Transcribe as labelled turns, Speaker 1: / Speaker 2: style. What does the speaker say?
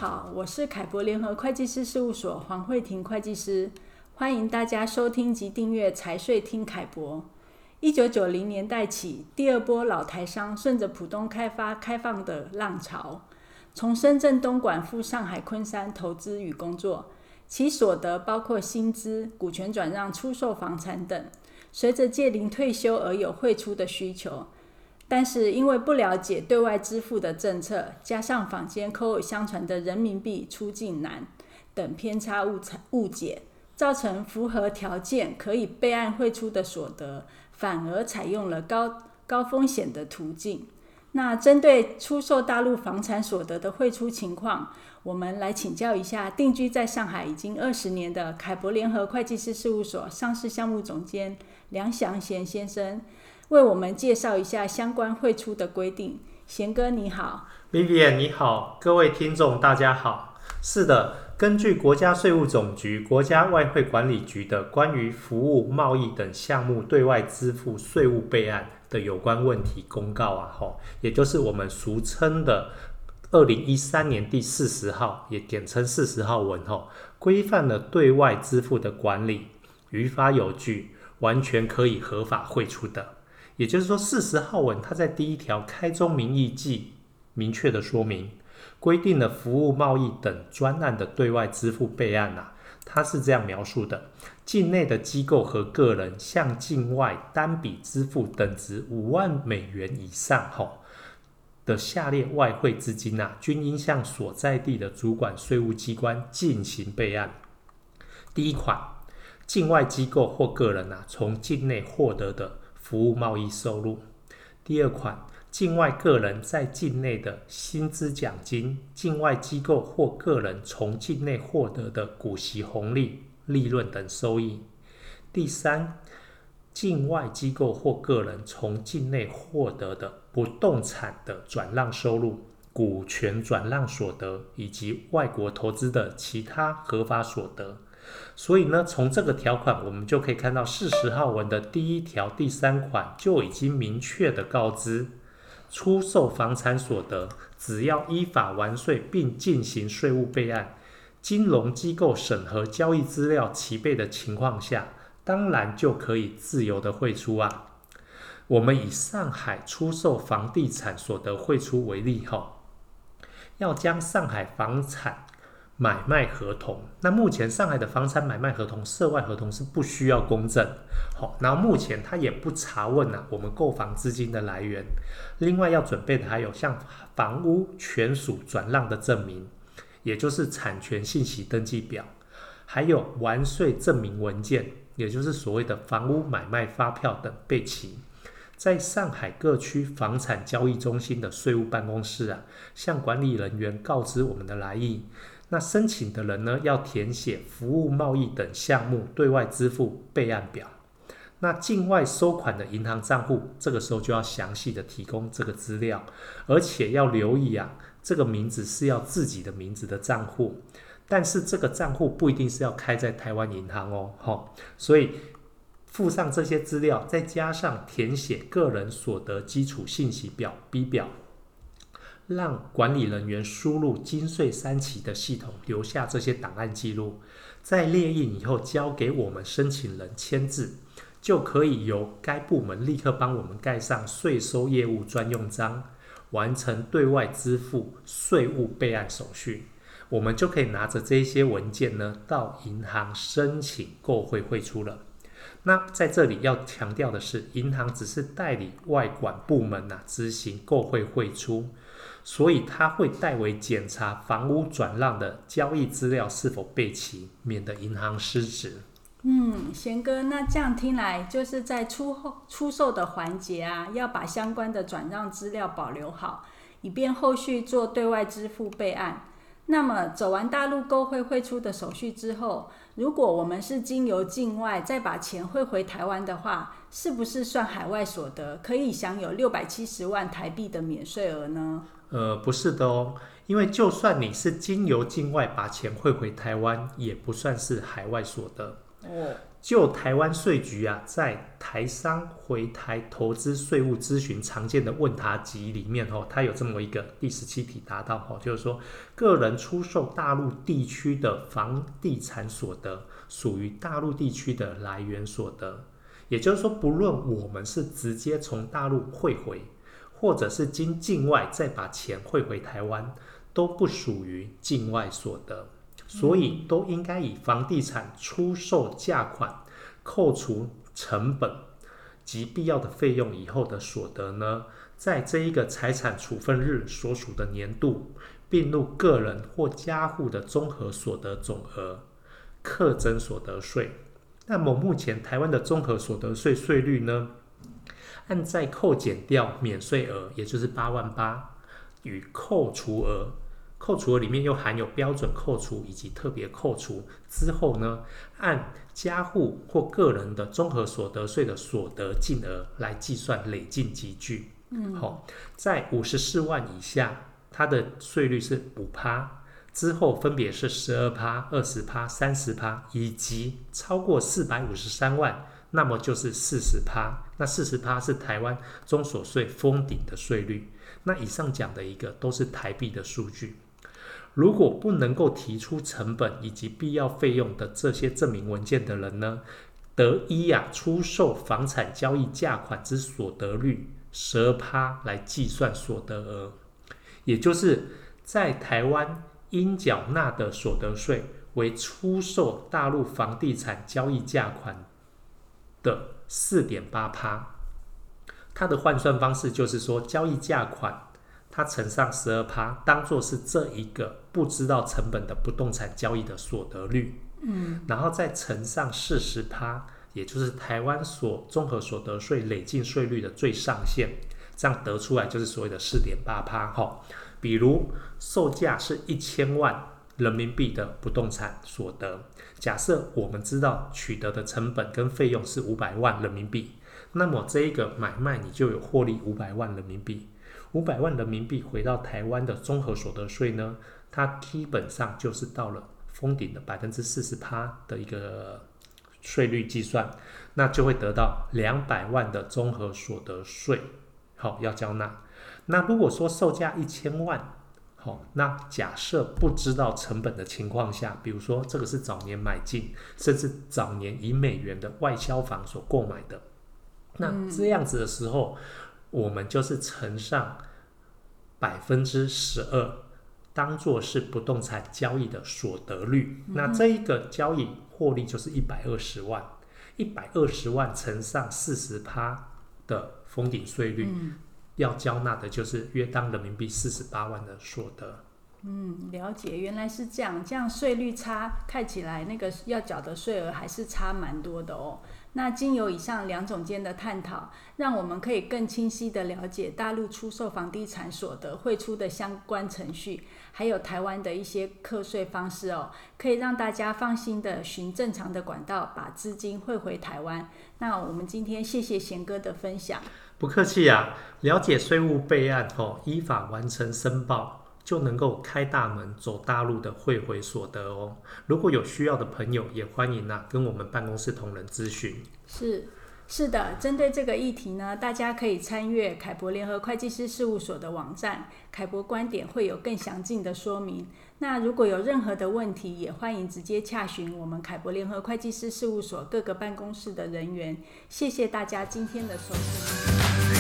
Speaker 1: 好，我是凯博联合会计师事务所黄慧婷会计师，欢迎大家收听及订阅财税听凯博。1990年代起，第二波老台商顺着浦东开放的浪潮，从深圳、东莞赴上海、昆山投资与工作，其所得包括薪资、股权转让、出售房产等，随着届龄退休而有汇出的需求。但是因为不了解对外支付的政策，加上坊间口耳相传的人民币出境难等偏差误解，造成符合条件可以备案汇出的所得，反而采用了高风险的途径。那针对出售大陆房产所得的汇出情况，我们来请教一下定居在上海已经20年的凯博联合会计师事务所上市项目总监梁祥贤先生，为我们介绍一下相关汇出的规定。贤哥你好。
Speaker 2: Vivian 你好，各位听众大家好。是的，根据国家税务总局、国家外汇管理局的关于服务、贸易等项目对外支付税务备案的有关问题公告也就是我们俗称的2013年第40号，也简称40号文规范了对外支付的管理，于法有据，完全可以合法汇出的。也就是说40号文它在第一条开宗明义记明确的说明，规定了服务贸易等专案的对外支付备案它是这样描述的：境内的机构和个人向境外单笔支付等值5万美元以上的下列外汇资金均应向所在地的主管税务机关进行备案。第一款，境外机构或个人从境内获得的服务贸易收入。第二款，境外个人在境内的薪资奖金，境外机构或个人从境内获得的股息红利、利润等收益。第三，境外机构或个人从境内获得的不动产的转让收入、股权转让所得以及外国投资的其他合法所得。所以呢，从这个条款我们就可以看到40号文的第1条第3款就已经明确的告知，出售房产所得只要依法完税并进行税务备案，金融机构审核交易资料齐备的情况下，当然就可以自由的汇出我们以上海出售房地产所得汇出为例要将上海房产买卖合同，那目前上海的房产买卖合同、涉外合同是不需要公证然后目前他也不查问我们购房资金的来源。另外要准备的还有像房屋权属转让的证明，也就是产权信息登记表，还有完税证明文件，也就是所谓的房屋买卖发票等备齐。在上海各区房产交易中心的税务办公室向管理人员告知我们的来意。那申请的人呢，要填写服务贸易等项目对外支付备案表。那境外收款的银行账户，这个时候就要详细的提供这个资料，而且要留意这个名字是要自己的名字的账户，但是这个账户不一定是要开在台湾银行所以附上这些资料，再加上填写个人所得基础信息表 B 表，让管理人员输入金税3期的系统留下这些档案记录，在列印以后交给我们申请人签字，就可以由该部门立刻帮我们盖上税收业务专用章，完成对外支付税务备案手续。我们就可以拿着这些文件呢，到银行申请购汇汇出了。那在这里要强调的是，银行只是代理外管部门执行购汇汇出，所以它会代为检查房屋转让的交易资料是否备齐，免得银行失职。
Speaker 1: 贤哥，那这样听来就是在出售的环节要把相关的转让资料保留好，以便后续做对外支付备案。那么走完大陆购汇汇出的手续之后，如果我们是经由境外再把钱汇回台湾的话，是不是算海外所得，可以享有670万台币的免税额呢？
Speaker 2: 不是的因为就算你是经由境外把钱汇回台湾，也不算是海外所得。 就台湾税局在台商回台投资税务咨询常见的问答集里面它有这么一个第17题答到就是说，个人出售大陆地区的房地产所得属于大陆地区的来源所得，也就是说，不论我们是直接从大陆汇回，或者是经境外再把钱汇回台湾，都不属于境外所得，所以都应该以房地产出售价款扣除成本及必要的费用以后的所得呢，在这一个财产处分日所属的年度，并入个人或家户的综合所得总额，课征所得税。那么目前台湾的综合所得税税率呢，按再扣减掉免税额，也就是88000与扣除额，扣除额里面又含有标准扣除以及特别扣除之后呢，按家户或个人的综合所得税的所得净额来计算累进集聚。在54万以下，它的税率是5%，之后分别是12%、20%、30%，以及超过453万，那么就是40%。那40%是台湾综所税封顶的税率。那以上讲的一个都是台币的数据。如果不能够提出成本以及必要费用的这些证明文件的人呢，得依出售房产交易价款之所得率12%来计算所得额，也就是在台湾应缴纳的所得税为出售大陆房地产交易价款的 4.8%。 它的换算方式就是说，交易价款它乘上 12%， 当作是这一个不知道成本的不动产交易的所得率，然后再乘上 40%， 也就是台湾综合所得税累进税率的最上限，这样得出来就是所谓的 4.8%。 比如售价是1000万人民币的不动产所得，假设我们知道取得的成本跟费用是500万人民币，那么这一个买卖你就有获利500万人民币。500万人民币回到台湾的综合所得税呢，它基本上就是到了封顶的 40% 的一个税率计算，那就会得到200万的综合所得税要交纳。那如果说售价1000万，那假设不知道成本的情况下，比如说这个是早年买进，甚至早年以美元的外销房所购买的，那这样子的时候，我们就是乘上 12%， 当作是不动产交易的所得率。那这一个交易获利就是120万，120万乘上 40% 的封顶税率，要交纳的就是约当人民币48万的所得。
Speaker 1: 了解，原来是这样。这样税率差，看起来那个要缴的税额还是差蛮多的哦。那经由以上2种间的探讨，让我们可以更清晰地了解大陆出售房地产所得汇出的相关程序，还有台湾的一些课税方式哦，可以让大家放心地循正常的管道把资金汇回台湾。那我们今天谢谢贤哥的分享。
Speaker 2: 不客气了解税务备案依法完成申报，就能够开大门走大陆的汇回所得哦。如果有需要的朋友，也欢迎跟我们办公室同仁咨询。
Speaker 1: 是的，针对这个议题呢，大家可以参阅凯博联合会计师事务所的网站，凯博观点会有更详尽的说明。那如果有任何的问题，也欢迎直接洽询我们凯博联合会计师事务所各个办公室的人员。谢谢大家今天的收听。